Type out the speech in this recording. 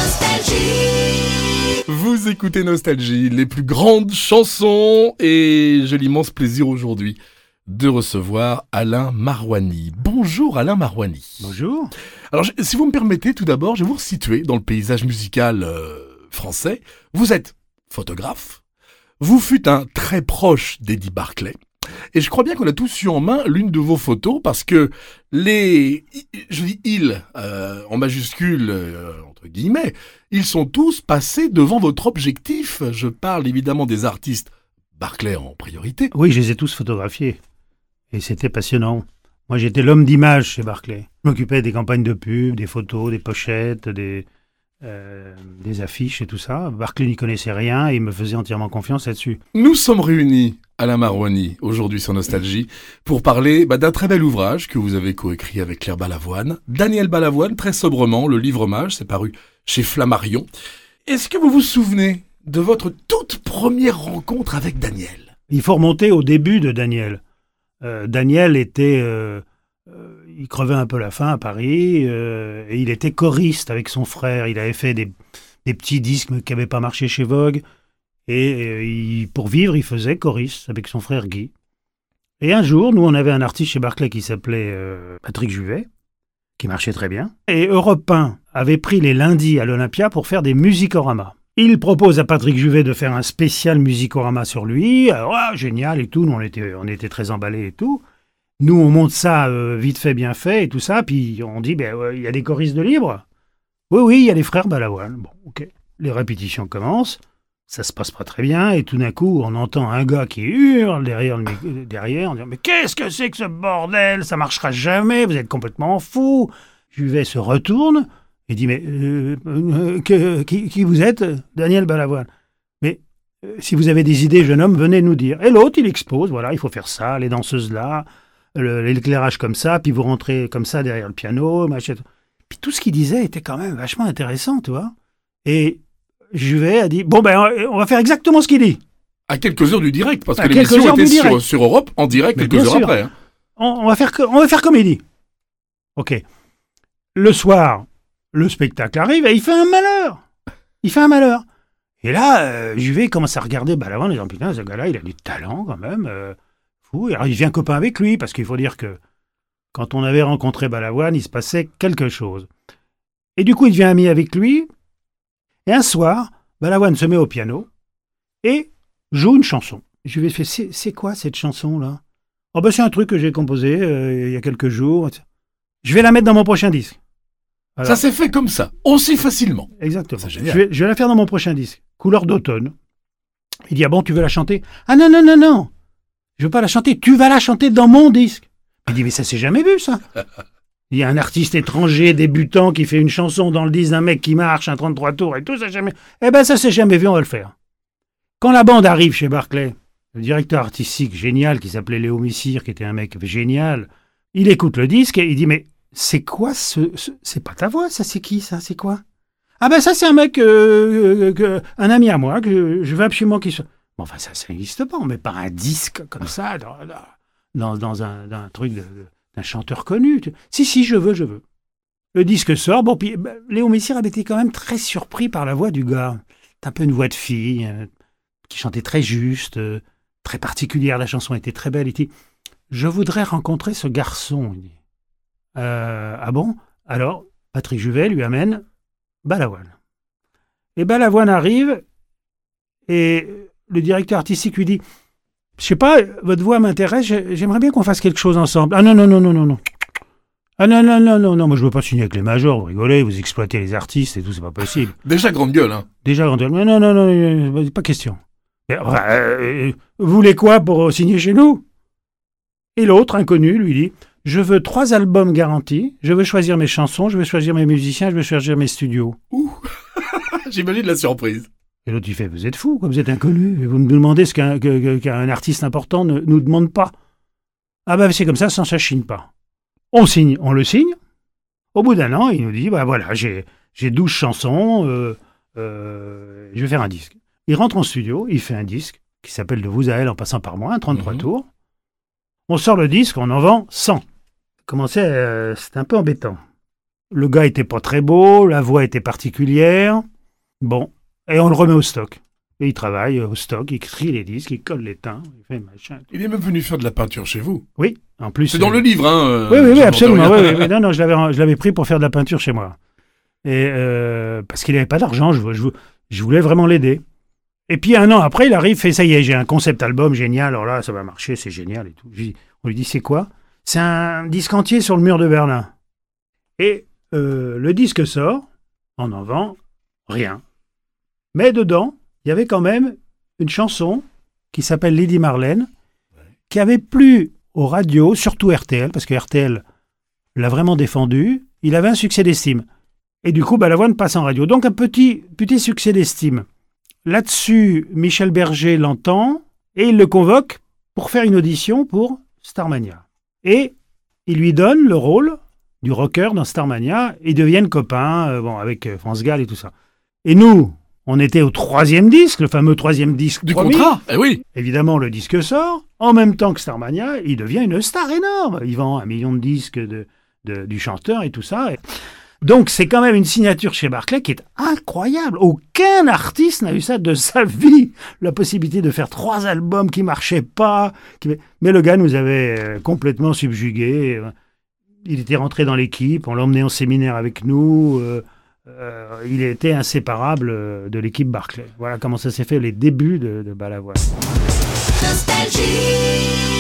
Vous écoutez Nostalgie, les plus grandes chansons, et j'ai l'immense plaisir aujourd'hui de recevoir Alain Marouani. Bonjour Alain Marouani. Bonjour. Alors si vous me permettez, tout d'abord, je vais vous resituer dans le paysage musical français. Vous êtes photographe, vous fûtes un très proche d'Eddie Barclay, et je crois bien qu'on a tous eu en main l'une de vos photos, parce que je dis ils, en majuscule, entre guillemets, ils sont tous passés devant votre objectif. Je parle évidemment des artistes Barclay en priorité. Oui, je les ai tous photographiés. Et c'était passionnant. Moi, j'étais l'homme d'image chez Barclay. Je m'occupais des campagnes de pub, des photos, des pochettes, des affiches et tout ça. Barclay n'y connaissait rien et il me faisait entièrement confiance là-dessus. Nous sommes réunis, Alain Marouani, aujourd'hui sur Nostalgie, pour parler d'un très bel ouvrage que vous avez coécrit avec Claire Balavoine. Daniel Balavoine, très sobrement, Le Livre Mage, c'est paru chez Flammarion. Est-ce que vous vous souvenez de votre toute première rencontre avec Daniel ? Il faut remonter au début de Daniel. Daniel était... il crevait un peu la faim à Paris et il était choriste avec son frère. Il avait fait des petits disques qui n'avaient pas marché chez Vogue. Et pour vivre, il faisait choriste avec son frère Guy. Et un jour, nous, on avait un artiste chez Barclay qui s'appelait Patrick Juvet, qui marchait très bien. Et Europe 1 avait pris les lundis à l'Olympia pour faire des musicoramas. Il propose à Patrick Juvet de faire un spécial musicorama sur lui. Alors, génial et tout. Nous, on était très emballés et tout. Nous, on monte ça vite fait, bien fait et tout ça. Puis on dit, il y a des choristes de libre. Oui, il y a les frères Balavoine. Bon, ok. Les répétitions commencent. Ça se passe pas très bien. Et tout d'un coup, on entend un gars qui hurle derrière. On dit, mais qu'est-ce que c'est que ce bordel ? Ça marchera jamais. Vous êtes complètement fou. Juvet se retourne et dit, mais qui vous êtes ? Daniel Balavoine. Mais si vous avez des idées, jeune homme, venez nous dire. Et l'autre, il expose. Voilà, il faut faire ça. Les danseuses là. L'éclairage comme ça, puis vous rentrez comme ça derrière le piano, machin. Puis tout ce qu'il disait était quand même vachement intéressant, tu vois. Et Juvet a dit, on va faire exactement ce qu'il dit. À quelques heures du direct, parce que l'émission était sur Europe, en direct, quelques heures après. Hein. On va faire comme il dit. Ok. Le soir, le spectacle arrive et il fait un malheur. Et là, Juvet commence à regarder Balavoine en disant, putain, ce gars-là, il a du talent quand même. Fou. Alors, il devient copain avec lui, parce qu'il faut dire que quand on avait rencontré Balavoine, il se passait quelque chose. Et du coup, il devient ami avec lui. Et un soir, Balavoine se met au piano et joue une chanson. Je lui ai fait, c'est quoi cette chanson-là ? Oh c'est un truc que j'ai composé il y a quelques jours. Je vais la mettre dans mon prochain disque. Alors, ça s'est fait comme ça, aussi facilement. Exactement. Je vais la faire dans mon prochain disque. Couleur d'automne. Il dit, tu veux la chanter ? Ah non. Je veux pas la chanter, tu vas la chanter dans mon disque. Il dit, mais ça s'est jamais vu, ça. Il y a un artiste étranger, débutant, qui fait une chanson dans le disque d'un mec qui marche, un 33 tours et tout, ça jamais... ça s'est jamais vu, on va le faire. Quand la bande arrive chez Barclay, le directeur artistique génial, qui s'appelait Léo Missire, qui était un mec génial, il écoute le disque et il dit, mais c'est quoi c'est pas ta voix, ça, c'est qui, ça, c'est quoi ? Ça, c'est un mec, un ami à moi, que je veux absolument qu'il soit... ça n'existe pas. On met pas un disque comme ça dans un truc d'un chanteur connu. Si, je veux. Le disque sort. Puis Léo Messire avait été quand même très surpris par la voix du gars. C'est un peu une voix de fille qui chantait très juste, très particulière. La chanson était très belle. Il dit, je voudrais rencontrer ce garçon. Il dit, ah bon ? Alors, Patrick Juvet lui amène Balavoine. Et Balavoine arrive et... Le directeur artistique lui dit, je sais pas, votre voix m'intéresse, j'aimerais bien qu'on fasse quelque chose ensemble. Ah non. Ah non, moi je veux pas signer avec les majors, vous rigolez, vous exploitez les artistes et tout, c'est pas possible. Déjà grande gueule, hein. Non, pas question. Vous voulez quoi pour signer chez nous ? Et l'autre, inconnu, lui dit, je veux 3 albums garantis, je veux choisir mes chansons, je veux choisir mes musiciens, je veux choisir mes studios. Ouh, j'imagine la surprise. Et l'autre, il fait, vous êtes fou, vous êtes inconnu. Et vous me demandez ce qu'un artiste important ne nous demande pas. C'est comme ça chine pas. On le signe. Au bout d'un an, il nous dit, j'ai 12 chansons, je vais faire un disque. Il rentre en studio, il fait un disque qui s'appelle De vous à elle en passant par moi, un 33 tours. On sort le disque, on en vend 100. C'était un peu embêtant. Le gars était pas très beau, la voix était particulière. Bon, et on le remet au stock. Et il travaille au stock, il trie les disques, il colle les teints, il fait machin. Il est même venu faire de la peinture chez vous. Oui, en plus. C'est dans le livre, hein. Oui, absolument. Oui. Non, je l'avais pris pour faire de la peinture chez moi. Et parce qu'il n'avait pas d'argent, je voulais vraiment l'aider. Et puis 1 an après, il arrive, fait ça y est, j'ai un concept album génial, alors là, ça va marcher, c'est génial et tout. On lui dit, c'est quoi? C'est un disque entier sur le mur de Berlin. Et le disque sort, on en vend rien. Mais dedans, il y avait quand même une chanson qui s'appelle Lady Marlène, qui avait plu aux radios, surtout RTL, parce que RTL l'a vraiment défendu. Il avait un succès d'estime. Et du coup, Balavoine passe en radio. Donc un petit succès d'estime. Là-dessus, Michel Berger l'entend et il le convoque pour faire une audition pour Starmania. Et il lui donne le rôle du rocker dans Starmania. Ils deviennent copains avec France Gall et tout ça. Et nous, on était au 3e disque, le fameux 3e disque du promis. Contrat. Eh oui. Évidemment, le disque sort. En même temps que Starmania, il devient une star énorme. Il vend 1 million de disques du chanteur et tout ça. Donc, c'est quand même une signature chez Barclay qui est incroyable. Aucun artiste n'a eu ça de sa vie. La possibilité de faire 3 albums qui marchaient pas. Mais le gars nous avait complètement subjugués. Il était rentré dans l'équipe. On l'emmenait en séminaire avec nous. Il était inséparable de l'équipe Barclay. Voilà comment ça s'est fait, les débuts de Balavoine. Nostalgie.